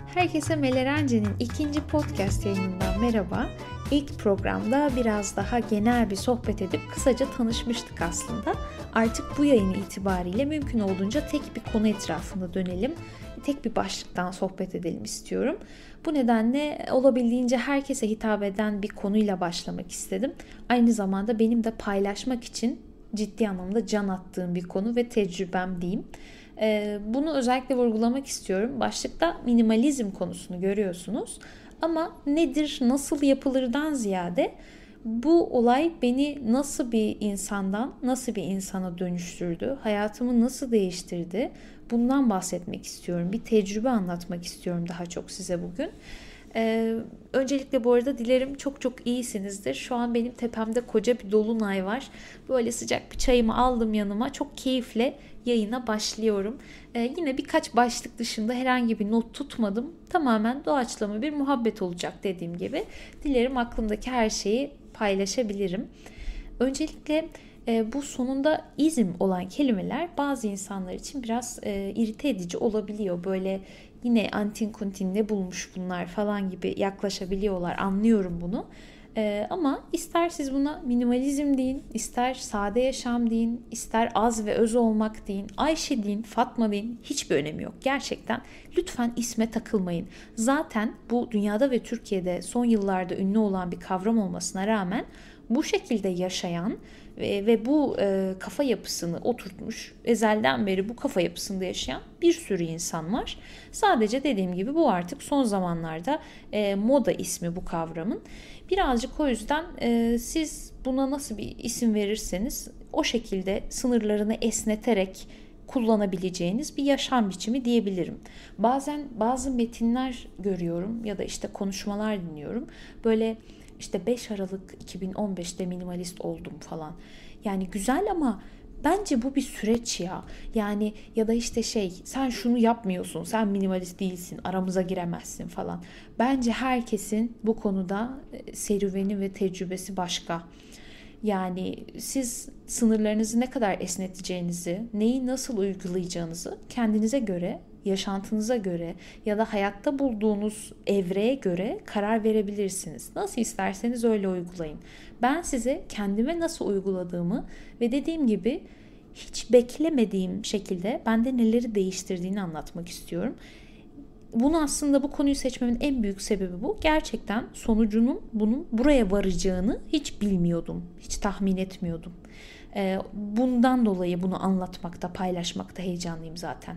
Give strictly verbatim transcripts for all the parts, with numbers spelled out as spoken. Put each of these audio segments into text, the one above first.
Herkese Melerence'nin ikinci podcast yayınından merhaba. İlk programda biraz daha genel bir sohbet edip kısaca tanışmıştık aslında. Artık bu yayın itibariyle mümkün olduğunca tek bir konu etrafında dönelim. Tek bir başlıktan sohbet edelim istiyorum. Bu nedenle olabildiğince herkese hitap eden bir konuyla başlamak istedim. Aynı zamanda benim de paylaşmak için ciddi anlamda can attığım bir konu ve tecrübem diyeyim. Bunu özellikle vurgulamak istiyorum. Başlıkta minimalizm konusunu görüyorsunuz. Ama nedir, nasıl yapılırdan ziyade bu olay beni nasıl bir insandan nasıl bir insana dönüştürdü, hayatımı nasıl değiştirdi, bundan bahsetmek istiyorum. Bir tecrübe anlatmak istiyorum daha çok size bugün. Ee, öncelikle bu arada dilerim çok çok iyisinizdir. Şu an benim tepemde koca bir dolunay var. Böyle sıcak bir çayımı aldım yanıma. Çok keyifle yayına başlıyorum. Ee, yine birkaç başlık dışında herhangi bir not tutmadım. Tamamen doğaçlama bir muhabbet olacak dediğim gibi. Dilerim aklımdaki her şeyi paylaşabilirim. Öncelikle e, bu sonunda izm olan kelimeler bazı insanlar için biraz e, irite edici olabiliyor. Böyle yine antin kuntin ne bulmuş bunlar falan gibi yaklaşabiliyorlar. Anlıyorum bunu. Ee, ama ister siz buna minimalizm deyin, ister sade yaşam deyin, ister az ve öz olmak deyin, Ayşe deyin, Fatma deyin, hiçbir önemi yok. Gerçekten lütfen isme takılmayın. Zaten bu dünyada ve Türkiye'de son yıllarda ünlü olan bir kavram olmasına rağmen bu şekilde yaşayan ve, ve bu e, kafa yapısını oturtmuş, ezelden beri bu kafa yapısında yaşayan bir sürü insan var. Sadece dediğim gibi bu artık son zamanlarda e, moda ismi bu kavramın. Birazcık o yüzden e, siz buna nasıl bir isim verirseniz o şekilde sınırlarını esneterek kullanabileceğiniz bir yaşam biçimi diyebilirim. Bazen bazı metinler görüyorum ya da işte konuşmalar dinliyorum. Böyle işte beş Aralık iki bin on beşte minimalist oldum falan. Yani güzel ama bence bu bir süreç ya. Yani ya da işte şey, sen şunu yapmıyorsun, sen minimalist değilsin, aramıza giremezsin falan. Bence herkesin bu konuda serüveni ve tecrübesi başka. Yani siz sınırlarınızı ne kadar esneteceğinizi, neyi nasıl uygulayacağınızı kendinize göre, yaşantınıza göre ya da hayatta bulduğunuz evreye göre karar verebilirsiniz. Nasıl isterseniz öyle uygulayın. Ben size kendime nasıl uyguladığımı ve dediğim gibi hiç beklemediğim şekilde bende neleri değiştirdiğini anlatmak istiyorum. Bunu aslında bu konuyu seçmemin en büyük sebebi bu. Gerçekten sonucunun bunun buraya varacağını hiç bilmiyordum. Hiç tahmin etmiyordum. Bundan dolayı bunu anlatmakta, paylaşmakta heyecanlıyım zaten.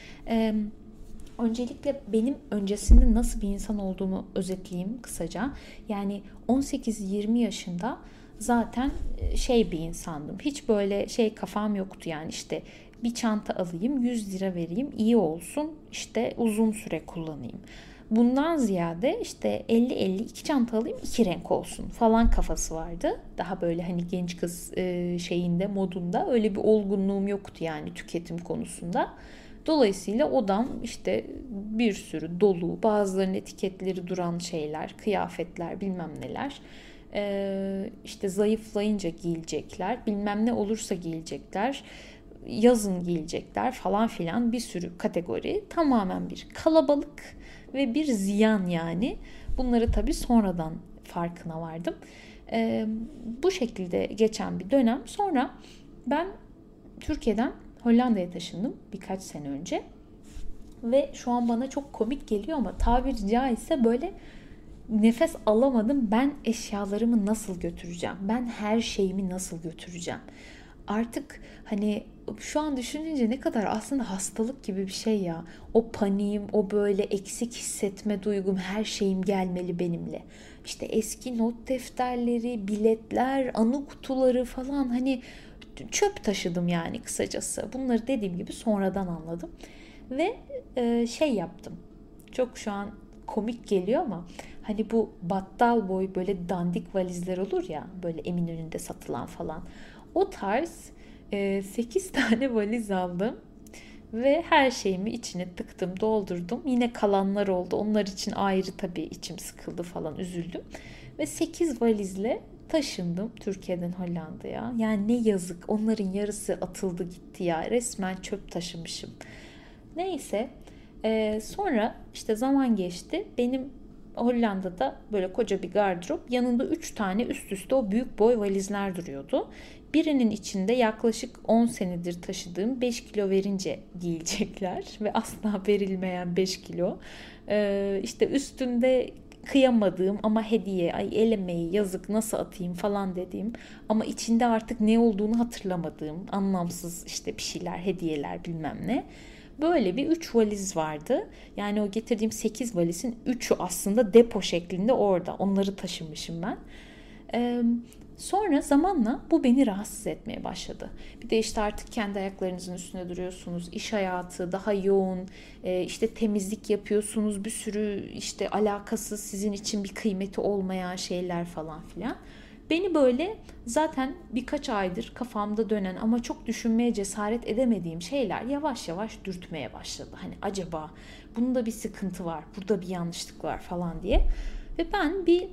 Öncelikle benim öncesinde nasıl bir insan olduğumu özetleyeyim kısaca. Yani on sekiz yirmi yaşında zaten şey bir insandım. Hiç böyle şey kafam yoktu yani işte bir çanta alayım, yüz lira vereyim, iyi olsun, işte uzun süre kullanayım. Bundan ziyade işte elli elli iki çanta alayım, iki renk olsun falan kafası vardı. Daha böyle hani genç kız şeyinde, modunda öyle bir olgunluğum yoktu yani tüketim konusunda. Dolayısıyla odam işte bir sürü dolu, bazılarının etiketleri duran şeyler, kıyafetler, bilmem neler. Ee, işte zayıflayınca giyilecekler, bilmem ne olursa giyilecekler, yazın giyilecekler falan filan bir sürü kategori. Tamamen bir kalabalık ve bir ziyan yani. Bunları tabii sonradan farkına vardım. Ee, bu şekilde geçen bir dönem. Sonra ben Türkiye'den Hollanda'ya taşındım birkaç sene önce. Ve şu an bana çok komik geliyor ama tabiri caizse böyle nefes alamadım. Ben eşyalarımı nasıl götüreceğim? Ben her şeyimi nasıl götüreceğim? Artık hani şu an düşününce ne kadar aslında hastalık gibi bir şey ya. O paniğim, o böyle eksik hissetme duygum, her şeyim gelmeli benimle. İşte eski not defterleri, biletler, anı kutuları falan hani çöp taşıdım yani kısacası. Bunları dediğim gibi sonradan anladım. Ve e, şey yaptım. Çok şu an komik geliyor ama hani bu battal boy böyle dandik valizler olur ya, böyle Eminönü'nde satılan falan. O tarz e, sekiz tane valiz aldım ve her şeyimi içine tıktım, doldurdum. Yine kalanlar oldu. Onlar için ayrı tabii içim sıkıldı falan, üzüldüm. Ve sekiz valizle taşındım Türkiye'den Hollanda'ya. Yani ne yazık, onların yarısı atıldı gitti ya. Resmen çöp taşımışım. Neyse Ee, sonra işte zaman geçti. Benim Hollanda'da böyle koca bir gardırop. Yanında üç tane üst üste o büyük boy valizler duruyordu. Birinin içinde yaklaşık on senedir taşıdığım beş kilo verince giyilecekler ve asla verilmeyen beş kilo. Ee, işte üstünde kıyamadığım ama hediye, ay el emeği, yazık nasıl atayım falan dediğim ama içinde artık ne olduğunu hatırlamadığım anlamsız işte bir şeyler, hediyeler bilmem ne. Böyle bir üç valiz vardı. Yani o getirdiğim sekiz valizin üçü aslında depo şeklinde orada. Onları taşımışım ben. Ee, Sonra zamanla bu beni rahatsız etmeye başladı. Bir de işte artık kendi ayaklarınızın üstünde duruyorsunuz. İş hayatı daha yoğun, e, işte temizlik yapıyorsunuz. Bir sürü işte alakasız sizin için bir kıymeti olmayan şeyler falan filan. Beni böyle zaten birkaç aydır kafamda dönen ama çok düşünmeye cesaret edemediğim şeyler yavaş yavaş dürtmeye başladı. Hani acaba bunda bir sıkıntı var, burada bir yanlışlık var falan diye. Ve ben bir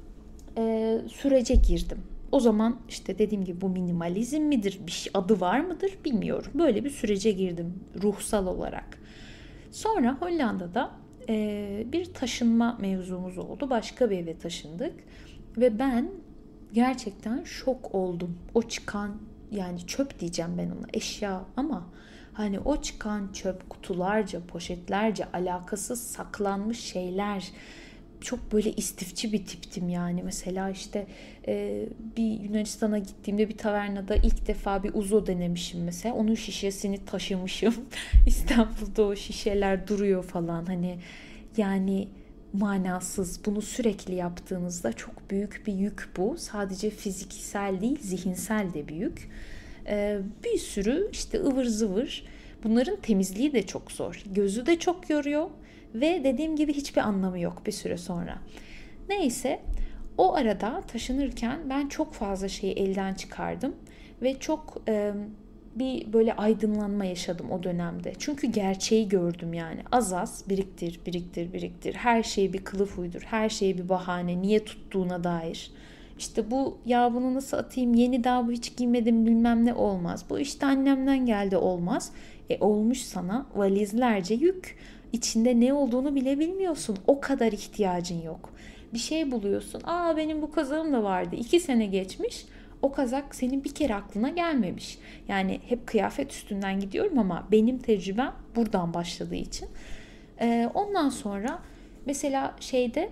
e, sürece girdim. O zaman işte dediğim gibi bu minimalizm midir, bir şey, adı var mıdır bilmiyorum. Böyle bir sürece girdim ruhsal olarak. Sonra Hollanda'da e, bir taşınma mevzumuz oldu. Başka bir eve taşındık. Ve ben gerçekten şok oldum. O çıkan yani çöp diyeceğim ben ona eşya ama hani o çıkan çöp kutularca, poşetlerce alakasız saklanmış şeyler. Çok böyle istifçi bir tiptim yani. Mesela işte e, bir Yunanistan'a gittiğimde bir tavernada ilk defa bir uzo denemişim mesela. Onun şişesini taşımışım. İstanbul'da o şişeler duruyor falan. Hani yani manasız. Bunu sürekli yaptığınızda çok büyük bir yük bu. Sadece fiziksel değil, zihinsel de bir yük. E, bir sürü işte ıvır zıvır. Bunların temizliği de çok zor. Gözü de çok yoruyor. Ve dediğim gibi hiçbir anlamı yok bir süre sonra. Neyse o arada taşınırken ben çok fazla şeyi elden çıkardım. Ve çok e, bir böyle aydınlanma yaşadım o dönemde. Çünkü gerçeği gördüm yani. Az az biriktir, biriktir, biriktir. Her şeye bir kılıf uydur. Her şeye bir bahane. Niye tuttuğuna dair. İşte bu ya bunu nasıl atayım yeni daha bu hiç giymedim bilmem ne olmaz. Bu işte annemden geldi olmaz. E olmuş sana valizlerce yük. İçinde ne olduğunu bile bilmiyorsun. O kadar ihtiyacın yok. Bir şey buluyorsun. Aa benim bu kazağım da vardı. İki sene geçmiş. O kazak senin bir kere aklına gelmemiş. Yani hep kıyafet üstünden gidiyorum ama benim tecrübem buradan başladığı için. Ee, ondan sonra mesela şeyde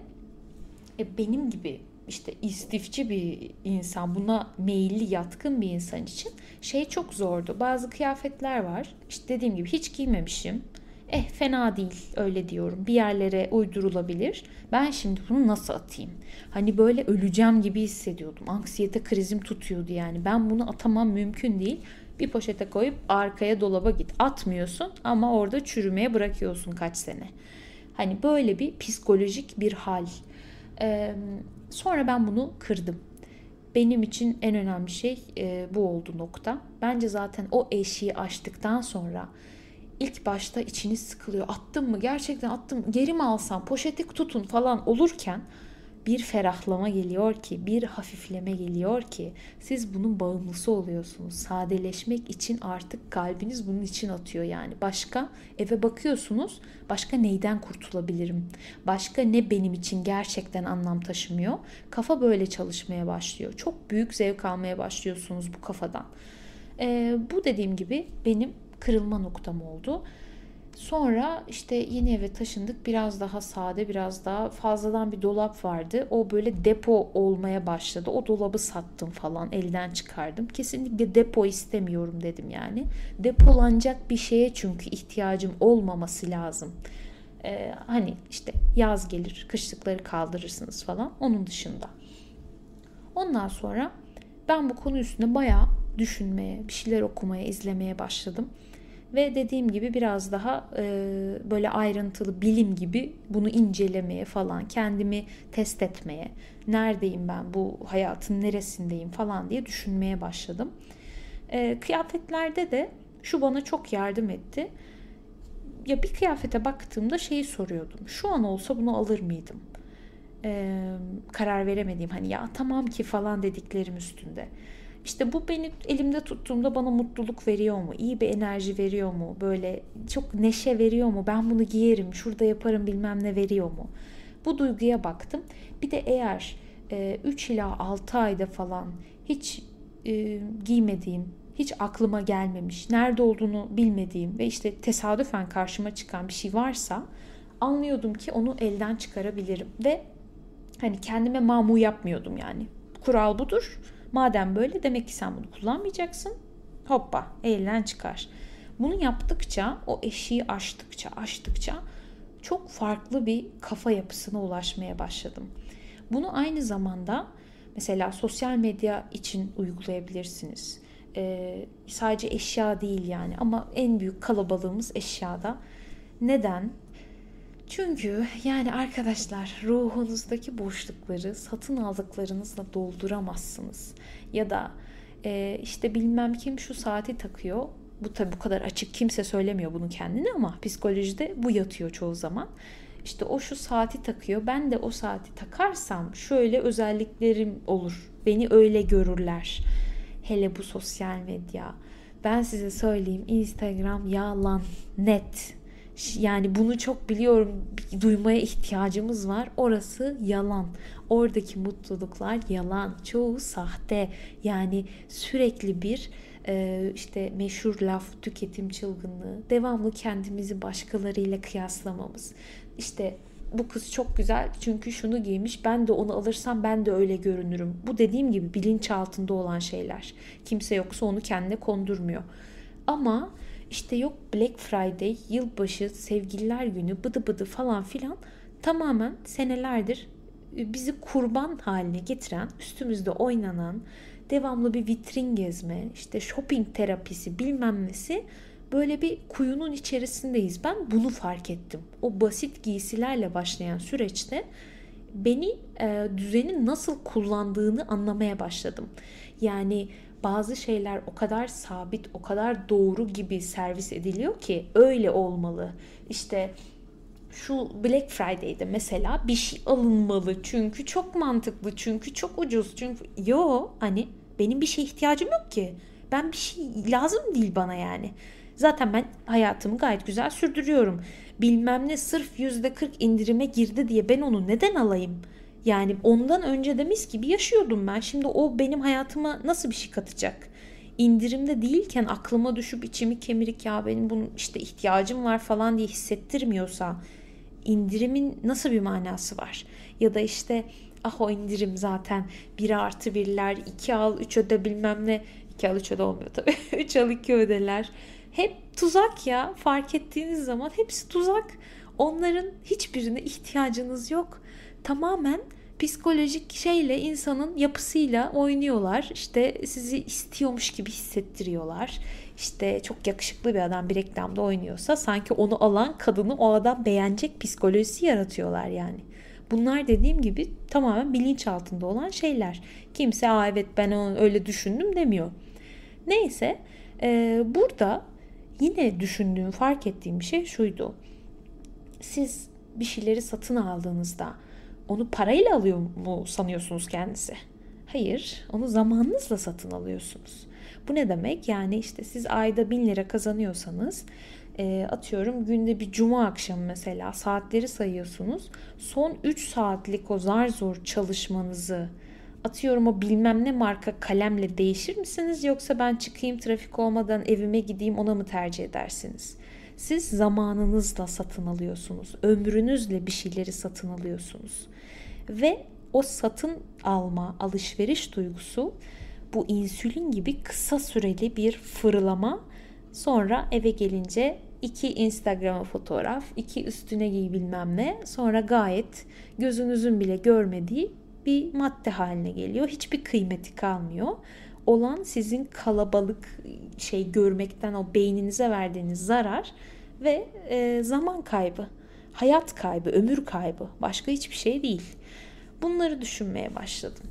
e, benim gibi işte istifçi bir insan, buna meyilli yatkın bir insan için şey çok zordu. Bazı kıyafetler var. İşte dediğim gibi hiç giymemişim. Eh fena değil öyle diyorum. Bir yerlere uydurulabilir. Ben şimdi bunu nasıl atayım? Hani böyle öleceğim gibi hissediyordum. Anksiyete krizim tutuyordu yani. Ben bunu atamam mümkün değil. Bir poşete koyup arkaya dolaba git. Atmıyorsun ama orada çürümeye bırakıyorsun kaç sene. Hani böyle bir psikolojik bir hal. Ee, sonra ben bunu kırdım. Benim için en önemli şey e, bu oldu nokta. Bence zaten o eşiği aştıktan sonra İlk başta içiniz sıkılıyor. Attım mı? Gerçekten attım mı? Geri mi alsam? Poşeti tutun falan olurken bir ferahlama geliyor ki, bir hafifleme geliyor ki siz bunun bağımlısı oluyorsunuz. Sadeleşmek için artık kalbiniz bunun için atıyor yani. Başka eve bakıyorsunuz. Başka neyden kurtulabilirim? Başka ne benim için gerçekten anlam taşımıyor? Kafa böyle çalışmaya başlıyor. Çok büyük zevk almaya başlıyorsunuz bu kafadan. Ee, bu dediğim gibi benim kırılma noktam oldu. Sonra işte yeni eve taşındık. Biraz daha sade, biraz daha fazladan bir dolap vardı. O böyle depo olmaya başladı. O dolabı sattım falan, elden çıkardım. Kesinlikle depo istemiyorum dedim yani. Depolanacak bir şeye çünkü ihtiyacım olmaması lazım. Ee, hani işte yaz gelir, kışlıkları kaldırırsınız falan. Onun dışında. Ondan sonra ben bu konu üstüne bayağı düşünmeye, bir şeyler okumaya, izlemeye başladım. Ve dediğim gibi biraz daha e, böyle ayrıntılı bilim gibi bunu incelemeye falan, kendimi test etmeye, neredeyim ben, bu hayatın neresindeyim falan diye düşünmeye başladım. E, kıyafetlerde de şu bana çok yardım etti. Ya bir kıyafete baktığımda şeyi soruyordum. Şu an olsa bunu alır mıydım? E, karar veremediğim hani ya tamam ki falan dediklerim üstünde. İşte bu beni elimde tuttuğumda bana mutluluk veriyor mu? İyi bir enerji veriyor mu? Böyle çok neşe veriyor mu? Ben bunu giyerim, şurada yaparım bilmem ne veriyor mu? Bu duyguya baktım. Bir de eğer üç ila altı ayda falan hiç e, giymediğim, hiç aklıma gelmemiş, nerede olduğunu bilmediğim ve işte tesadüfen karşıma çıkan bir şey varsa anlıyordum ki onu elden çıkarabilirim. Ve hani kendime mamu yapmıyordum yani. Kural budur. Madem böyle demek ki sen bunu kullanmayacaksın. Hoppa elden çıkar. Bunu yaptıkça, o eşiği aştıkça, aştıkça çok farklı bir kafa yapısına ulaşmaya başladım. Bunu aynı zamanda mesela sosyal medya için uygulayabilirsiniz. Ee, sadece eşya değil yani, ama en büyük kalabalığımız eşyada. Neden? Çünkü yani arkadaşlar, ruhunuzdaki boşlukları satın aldıklarınızla dolduramazsınız. Ya da e, işte bilmem kim şu saati takıyor. Bu tabii bu kadar açık kimse söylemiyor bunu kendine, ama psikolojide bu yatıyor çoğu zaman. İşte o şu saati takıyor. Ben de o saati takarsam şöyle özelliklerim olur. Beni öyle görürler. Hele bu sosyal medya. Ben size söyleyeyim, Instagram yalan, net. Yani bunu çok biliyorum, duymaya ihtiyacımız var. Orası yalan. Oradaki mutluluklar yalan. Çoğu sahte. Yani sürekli bir e, işte meşhur laf, tüketim çılgınlığı. Devamlı kendimizi başkalarıyla kıyaslamamız. İşte bu kız çok güzel çünkü şunu giymiş, ben de onu alırsam ben de öyle görünürüm. Bu dediğim gibi bilinçaltında olan şeyler. Kimse yoksa onu kendine kondurmuyor. Ama işte yok Black Friday, yılbaşı, sevgililer günü, bıdı bıdı falan filan tamamen senelerdir bizi kurban haline getiren, üstümüzde oynanan, devamlı bir vitrin gezme, işte shopping terapisi bilmem nesi, böyle bir kuyunun içerisindeyiz. Ben bunu fark ettim. O basit giysilerle başlayan süreçte beni e, düzenin nasıl kullandığını anlamaya başladım. Yani bazı şeyler o kadar sabit, o kadar doğru gibi servis ediliyor ki öyle olmalı. İşte şu Black Friday'de mesela bir şey alınmalı çünkü çok mantıklı, çünkü çok ucuz, çünkü yo hani benim bir şeye ihtiyacım yok ki. Ben bir şey lazım değil bana yani. Zaten ben hayatımı gayet güzel sürdürüyorum. Bilmem ne sırf yüzde kırk indirime girdi diye ben onu neden alayım? Yani ondan önce de mis gibi yaşıyordum ben. Şimdi o benim hayatıma nasıl bir şey katacak? İndirimde değilken aklıma düşüp içimi kemirip ya benim bunun işte ihtiyacım var falan diye hissettirmiyorsa indirimin nasıl bir manası var? Ya da işte ah o indirim zaten bir artı birler, iki al üç öde bilmem ne. iki al üç öde olmuyor tabii. üç al iki ödeler. Hep tuzak ya. Fark ettiğiniz zaman hepsi tuzak. Onların hiçbirine ihtiyacınız yok. Tamamen psikolojik şeyle, insanın yapısıyla oynuyorlar. İşte sizi istiyormuş gibi hissettiriyorlar. İşte çok yakışıklı bir adam bir reklamda oynuyorsa sanki onu alan kadını o adam beğenecek psikolojisi yaratıyorlar yani. Bunlar dediğim gibi tamamen bilinç altında olan şeyler. Kimse aa evet ben onu öyle düşündüm demiyor. Neyse e, burada yine düşündüğüm, fark ettiğim bir şey şuydu. Siz bir şeyleri satın aldığınızda onu parayla alıyor mu sanıyorsunuz kendisi? Hayır, onu zamanınızla satın alıyorsunuz. Bu ne demek? Yani işte siz ayda bin lira kazanıyorsanız e, atıyorum günde bir cuma akşamı mesela saatleri sayıyorsunuz. Son üç saatlik o zar zor çalışmanızı atıyorum o bilmem ne marka kalemle değişir misiniz? Yoksa ben çıkayım trafik olmadan evime gideyim ona mı tercih edersiniz? Siz zamanınızla satın alıyorsunuz. Ömrünüzle bir şeyleri satın alıyorsunuz. Ve o satın alma, alışveriş duygusu bu insülin gibi kısa süreli bir fırlama. Sonra eve gelince iki Instagram'a fotoğraf, iki üstüne giy bilmem ne. Sonra gayet gözünüzün bile görmediği bir madde haline geliyor. Hiçbir kıymeti kalmıyor. Olan sizin kalabalık şey görmekten o beyninize verdiğiniz zarar ve e, zaman kaybı, hayat kaybı, ömür kaybı. Başka hiçbir şey değil. Bunları düşünmeye başladım.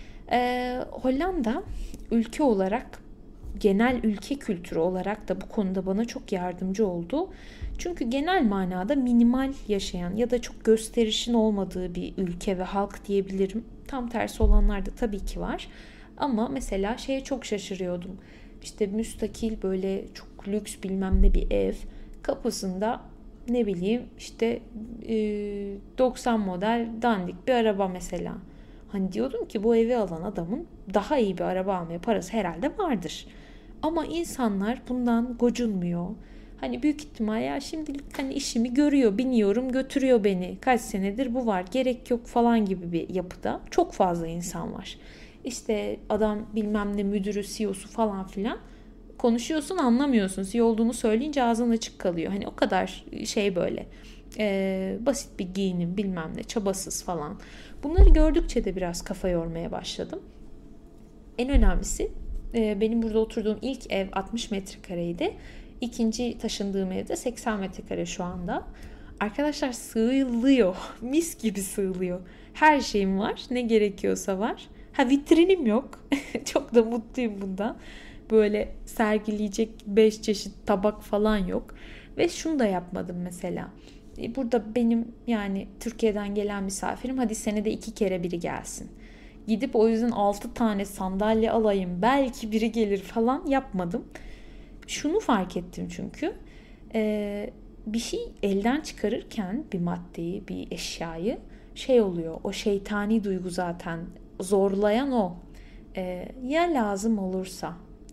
E, Hollanda ülke olarak, genel ülke kültürü olarak da bu konuda bana çok yardımcı oldu. Çünkü genel manada minimal yaşayan ya da çok gösterişin olmadığı bir ülke ve halk diyebilirim. Tam tersi olanlar da tabii ki var. Ama mesela şeye çok şaşırıyordum. İşte müstakil böyle çok lüks bilmem ne bir ev. Kapısında ne bileyim işte doksan model dandik bir araba mesela. Hani diyordum ki bu evi alan adamın daha iyi bir araba almaya parası herhalde vardır. Ama insanlar bundan gocunmuyor. Hani büyük ihtimal ya şimdilik hani işimi görüyor, biniyorum, götürüyor beni. Kaç senedir bu var, gerek yok falan gibi bir yapıda çok fazla insan var. İşte adam bilmem ne müdürü, C E O'su falan filan. Konuşuyorsun anlamıyorsun. C E O olduğunu söyleyince ağzın açık kalıyor. Hani o kadar şey böyle e, basit bir giyinim bilmem ne çabasız falan. Bunları gördükçe de biraz kafa yormaya başladım. En önemlisi e, benim burada oturduğum ilk ev altmış metrekareydi. İkinci taşındığım evde seksen metrekare şu anda. Arkadaşlar sığılıyor. Mis gibi sığılıyor. Her şeyim var. Ne gerekiyorsa var. Ha vitrinim yok. Çok da mutluyum bundan. Böyle sergileyecek beş çeşit tabak falan yok. Ve şunu da yapmadım mesela. Burada benim yani Türkiye'den gelen misafirim hadi senede iki kere biri gelsin. Gidip o yüzden altı tane sandalye alayım belki biri gelir falan yapmadım. Şunu fark ettim çünkü e, bir şey elden çıkarırken bir maddeyi, bir eşyayı şey oluyor. O şeytani duygu zaten zorlayan o. E, ya lazım olursa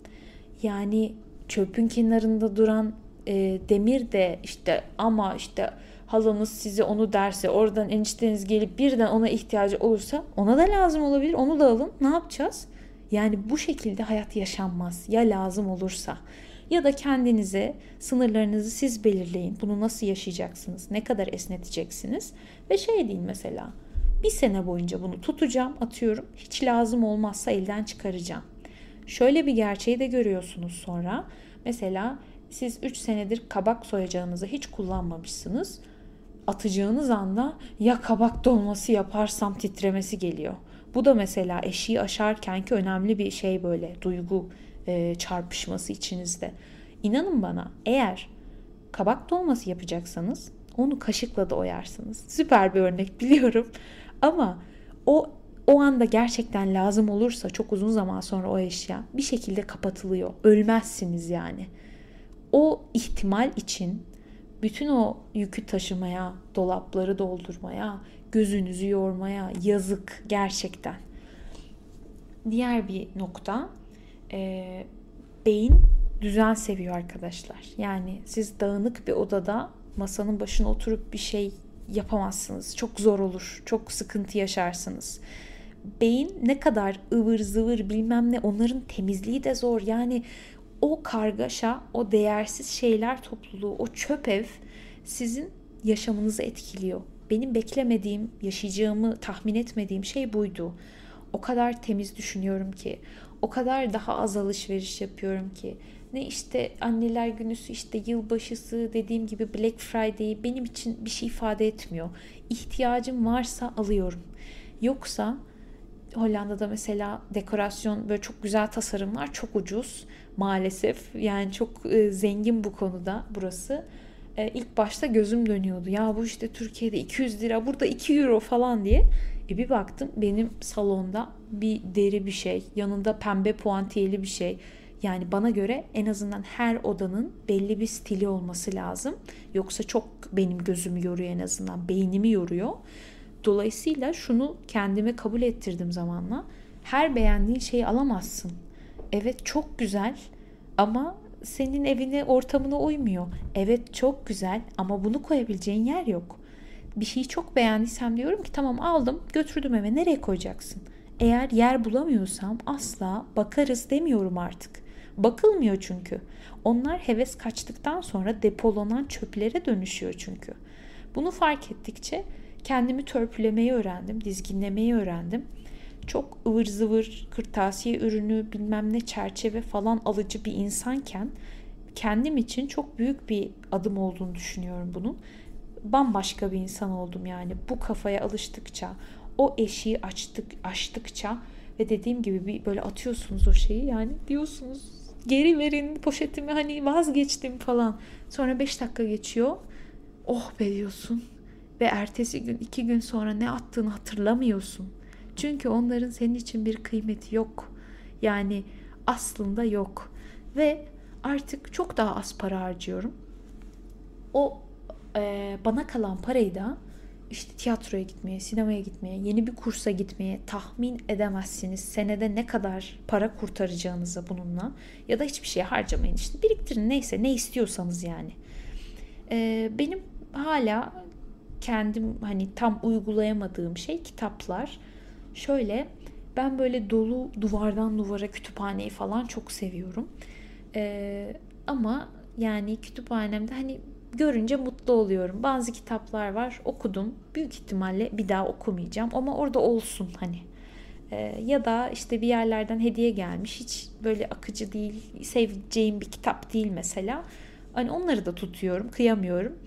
yani çöpün kenarında duran e, demir de işte ama işte halanız size onu derse oradan enişteniz gelip birden ona ihtiyacı olursa ona da lazım olabilir. Onu da alın. Ne yapacağız? Yani bu şekilde hayat yaşanmaz. Ya lazım olursa ya da kendinize sınırlarınızı siz belirleyin. Bunu nasıl yaşayacaksınız? Ne kadar esneteceksiniz? Ve şey deyin mesela bir sene boyunca bunu tutacağım atıyorum. Hiç lazım olmazsa elden çıkaracağım. Şöyle bir gerçeği de görüyorsunuz sonra. Mesela siz üç senedir kabak soyacağınızı hiç kullanmamışsınız. Atacağınız anda ya kabak dolması yaparsam titremesi geliyor. Bu da mesela eşiği aşarkenki önemli bir şey böyle duygu e, çarpışması içinizde. İnanın bana eğer kabak dolması yapacaksanız onu kaşıkla da oyarsınız. Süper bir örnek biliyorum ama o o anda gerçekten lazım olursa çok uzun zaman sonra o eşya bir şekilde kapatılıyor. Ölmezsiniz yani. O ihtimal için bütün o yükü taşımaya, dolapları doldurmaya, gözünüzü yormaya yazık gerçekten. Diğer bir nokta e, beyin düzen seviyor arkadaşlar. Yani siz dağınık bir odada masanın başına oturup bir şey yapamazsınız. Çok zor olur. Çok sıkıntı yaşarsınız. Beyin ne kadar ıvır zıvır bilmem ne onların temizliği de zor. Yani o kargaşa, o değersiz şeyler topluluğu, o çöp ev sizin yaşamınızı etkiliyor. Benim beklemediğim, yaşayacağımı tahmin etmediğim şey buydu. O kadar temiz düşünüyorum ki, o kadar daha az alışveriş yapıyorum ki. Ne işte anneler günüsü, işte yılbaşısı, dediğim gibi Black Friday benim için bir şey ifade etmiyor. İhtiyacım varsa alıyorum. Yoksa Hollanda'da mesela dekorasyon böyle çok güzel tasarımlar çok ucuz maalesef. Yani çok e, zengin bu konuda burası. E, ilk başta gözüm dönüyordu. Ya bu işte Türkiye'de iki yüz lira, burada iki euro falan diye. E bir baktım benim salonda bir deri bir şey, yanında pembe puantiyeli bir şey. Yani bana göre en azından her odanın belli bir stili olması lazım. Yoksa çok benim gözümü yoruyor, en azından beynimi yoruyor. Dolayısıyla şunu kendime kabul ettirdim zamanla. Her beğendiğin şeyi alamazsın. Evet çok güzel ama senin evine, ortamına uymuyor. Evet çok güzel ama bunu koyabileceğin yer yok. Bir şeyi çok beğendiysem diyorum ki tamam aldım götürdüm eve, nereye koyacaksın? Eğer yer bulamıyorsam asla bakarız demiyorum artık. Bakılmıyor çünkü. Onlar heves kaçtıktan sonra depolanan çöplere dönüşüyor çünkü. Bunu fark ettikçe kendimi törpülemeyi öğrendim, dizginlemeyi öğrendim. Çok ıvır zıvır kırtasiye ürünü bilmem ne çerçeve falan alıcı bir insanken kendim için çok büyük bir adım olduğunu düşünüyorum bunun. Bambaşka bir insan oldum yani bu kafaya alıştıkça, o eşiği açtık, açtıkça ve dediğim gibi bir böyle atıyorsunuz o şeyi, yani diyorsunuz geri verin poşetimi, hani vazgeçtim falan. Sonra beş dakika geçiyor, oh be diyorsun ve ertesi gün iki gün sonra ne attığını hatırlamıyorsun. Çünkü onların senin için bir kıymeti yok. Yani aslında yok. Ve artık çok daha az para harcıyorum. O e, bana kalan parayı da işte tiyatroya gitmeye, sinemaya gitmeye, yeni bir kursa gitmeye, tahmin edemezsiniz senede ne kadar para kurtaracağınızı bununla. Ya da hiçbir şeye harcamayın, işte biriktirin, neyse, ne istiyorsanız yani. E, benim hala kendim hani tam uygulayamadığım şey kitaplar. Şöyle, ben böyle dolu duvardan duvara kütüphaneyi falan çok seviyorum. Ee, ama yani kütüphanemde hani görünce mutlu oluyorum. Bazı kitaplar var, okudum. Büyük ihtimalle bir daha okumayacağım ama orada olsun hani. Ee, ya da işte bir yerlerden hediye gelmiş. Hiç böyle akıcı değil, seveceğim bir kitap değil mesela. Hani onları da tutuyorum, kıyamıyorum.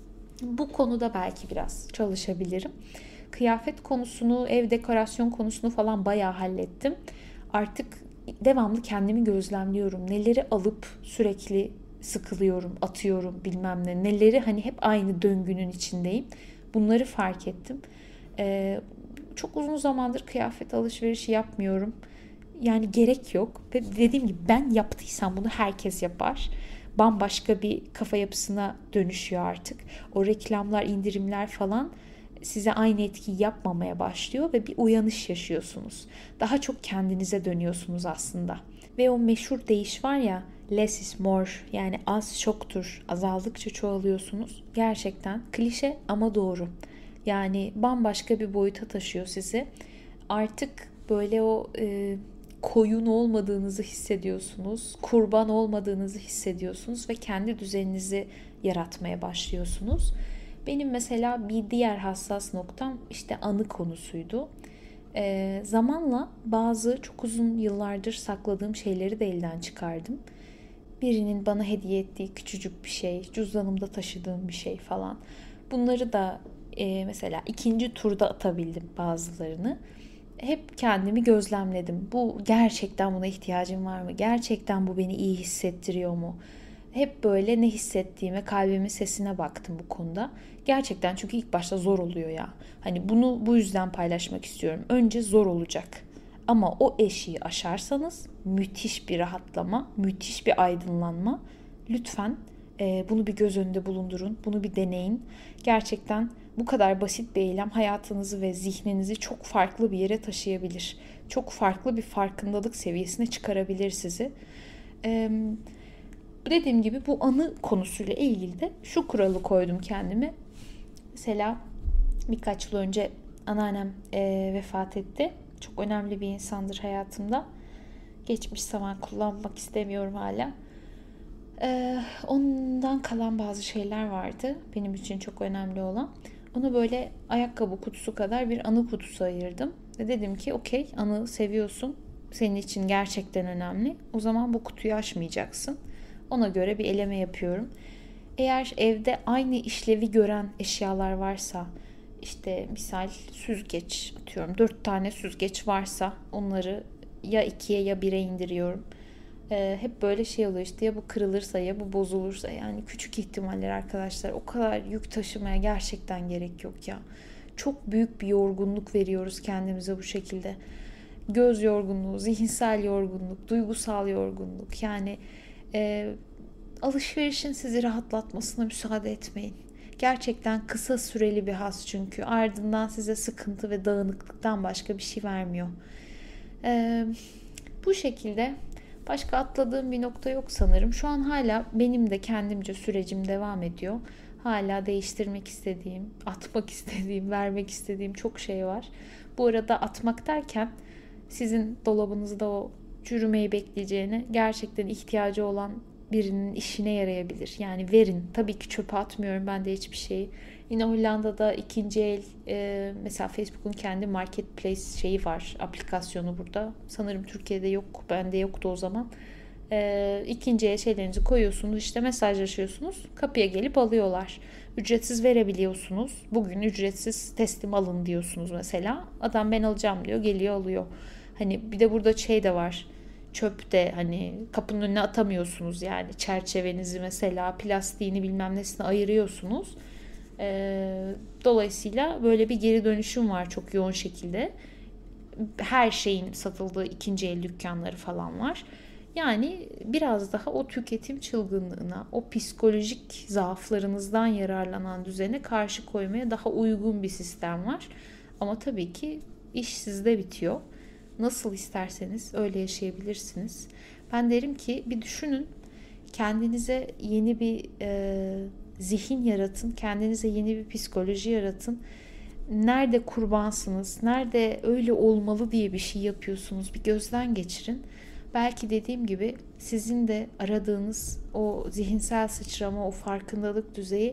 Bu konuda belki biraz çalışabilirim. Kıyafet konusunu, ev dekorasyon konusunu falan bayağı hallettim. Artık devamlı kendimi gözlemliyorum. Neleri alıp sürekli sıkılıyorum, atıyorum, bilmem ne. Neleri hani hep aynı döngünün içindeyim. Bunları fark ettim. Ee, çok uzun zamandır kıyafet alışverişi yapmıyorum. Yani gerek yok. Ve dediğim gibi ben yaptıysam bunu herkes yapar. Bambaşka bir kafa yapısına dönüşüyor artık. O reklamlar, indirimler falan size aynı etkiyi yapmamaya başlıyor ve bir uyanış yaşıyorsunuz. Daha çok kendinize dönüyorsunuz aslında. Ve o meşhur deyiş var ya, less is more, yani az çoktur, azaldıkça çoğalıyorsunuz. Gerçekten klişe ama doğru. Yani bambaşka bir boyuta taşıyor sizi. Artık böyle o e, koyun olmadığınızı hissediyorsunuz. Kurban olmadığınızı hissediyorsunuz ve kendi düzeninizi yaratmaya başlıyorsunuz. Benim mesela bir diğer hassas noktam işte anı konusuydu. Ee, zamanla bazı çok uzun yıllardır sakladığım şeyleri de elden çıkardım. Birinin bana hediye ettiği küçücük bir şey, cüzdanımda taşıdığım bir şey falan. Bunları da e, mesela ikinci turda atabildim bazılarını. Hep kendimi gözlemledim. Bu gerçekten buna ihtiyacım var mı? Gerçekten bu beni iyi hissettiriyor mu? Hep böyle ne hissettiğime, kalbimin sesine baktım bu konuda. Gerçekten, çünkü ilk başta zor oluyor ya. Hani bunu bu yüzden paylaşmak istiyorum. Önce zor olacak. Ama o eşiği aşarsanız müthiş bir rahatlama, müthiş bir aydınlanma. Lütfen e, bunu bir göz önünde bulundurun. Bunu bir deneyin. Gerçekten bu kadar basit bir eylem hayatınızı ve zihninizi çok farklı bir yere taşıyabilir. Çok farklı bir farkındalık seviyesine çıkarabilir sizi. Eee Dediğim gibi bu anı konusuyla ilgili de şu kuralı koydum kendime. Mesela birkaç yıl önce anneannem e, vefat etti. Çok önemli bir insandır hayatımda. Geçmiş zaman kullanmak istemiyorum hala. E, ondan kalan bazı şeyler vardı. Benim için çok önemli olan. Onu böyle ayakkabı kutusu kadar bir anı kutusu ayırdım. Ve dedim ki okey, anı seviyorsun. Senin için gerçekten önemli. O zaman bu kutuyu açmayacaksın. Ona göre bir eleme yapıyorum. Eğer evde aynı işlevi gören eşyalar varsa, işte misal süzgeç atıyorum, dört tane süzgeç varsa onları ya ikiye ya bire indiriyorum. Ee, hep böyle şey oluyor işte, ya bu kırılırsa ya bu bozulursa, yani küçük ihtimaller arkadaşlar, o kadar yük taşımaya gerçekten gerek yok ya. Çok büyük bir yorgunluk veriyoruz kendimize bu şekilde. Göz yorgunluğu, zihinsel yorgunluk, duygusal yorgunluk, yani e, alışverişin sizi rahatlatmasına müsaade etmeyin. Gerçekten kısa süreli bir haz çünkü. Ardından size sıkıntı ve dağınıklıktan başka bir şey vermiyor. Ee, bu şekilde başka atladığım bir nokta yok sanırım. Şu an hala benim de kendimce sürecim devam ediyor. Hala değiştirmek istediğim, atmak istediğim, vermek istediğim çok şey var. Bu arada atmak derken sizin dolabınızda o çürümeyi bekleyeceğine, gerçekten ihtiyacı olan birinin işine yarayabilir. Yani verin. Tabii ki çöpe atmıyorum ben de hiçbir şeyi. Yine Hollanda'da ikinci el e, mesela Facebook'un kendi marketplace şeyi var. Aplikasyonu burada. Sanırım Türkiye'de yok. Bende yoktu o zaman. E, ikinci el şeylerinizi koyuyorsunuz. İşte mesajlaşıyorsunuz. Kapıya gelip alıyorlar. Ücretsiz verebiliyorsunuz. Bugün ücretsiz teslim alın diyorsunuz mesela. Adam ben alacağım diyor. Geliyor alıyor. Hani bir de burada şey de var. Çöp de hani kapının önüne atamıyorsunuz yani. Çerçevenizi mesela, plastiğini bilmem nesini ayırıyorsunuz. Ee, dolayısıyla böyle bir geri dönüşüm var çok yoğun şekilde. her şeyin satıldığı ikinci el dükkanları falan var. Yani biraz daha o tüketim çılgınlığına, o psikolojik zaaflarınızdan yararlanan düzene karşı koymaya daha uygun bir sistem var. Ama tabii ki iş sizde bitiyor. Nasıl isterseniz öyle yaşayabilirsiniz. Ben derim ki bir düşünün. Kendinize yeni bir e, zihin yaratın. Kendinize yeni bir psikoloji yaratın. Nerede kurbansınız? Nerede öyle olmalı diye bir şey yapıyorsunuz? Bir gözden geçirin. Belki dediğim gibi sizin de aradığınız o zihinsel sıçrama, o farkındalık düzeyi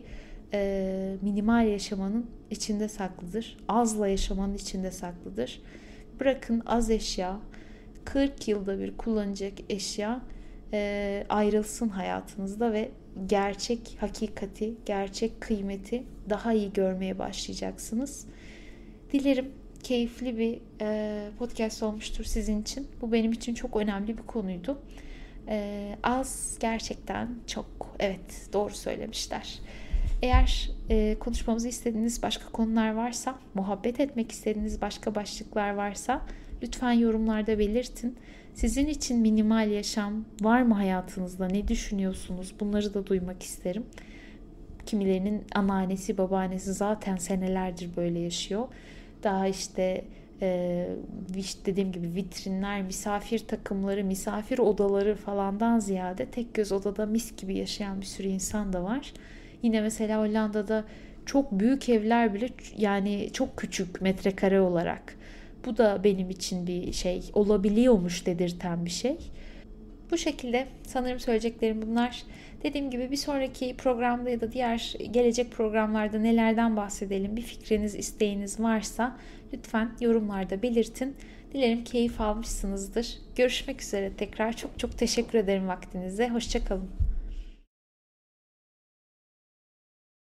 e, minimal yaşamanın içinde saklıdır. Azla yaşamanın içinde saklıdır. Bırakın az eşya, kırk yılda bir kullanacak eşya e, ayrılsın hayatınızda ve gerçek hakikati, gerçek kıymeti daha iyi görmeye başlayacaksınız. Dilerim keyifli bir e, podcast olmuştur sizin için. Bu benim için çok önemli bir konuydu. E, az gerçekten çok, evet, doğru söylemişler. Eğer e, konuşmamızı istediğiniz başka konular varsa, muhabbet etmek istediğiniz başka başlıklar varsa lütfen yorumlarda belirtin. Sizin için minimal yaşam var mı hayatınızda? Ne düşünüyorsunuz? Bunları da duymak isterim. Kimilerinin anneannesi, babaannesi zaten senelerdir böyle yaşıyor. Daha işte, e, işte dediğim gibi vitrinler, misafir takımları, misafir odaları falandan ziyade tek göz odada mis gibi yaşayan bir sürü insan da var. Yine mesela Hollanda'da çok büyük evler bile yani çok küçük metrekare olarak. Bu da benim için bir şey olabiliyormuş dedirten bir şey. Bu şekilde sanırım söyleyeceklerim bunlar. Dediğim gibi bir sonraki programda ya da diğer gelecek programlarda nelerden bahsedelim, bir fikriniz, isteğiniz varsa lütfen yorumlarda belirtin. Dilerim keyif almışsınızdır. Görüşmek üzere tekrar. Çok çok teşekkür ederim vaktinize. Hoşça kalın.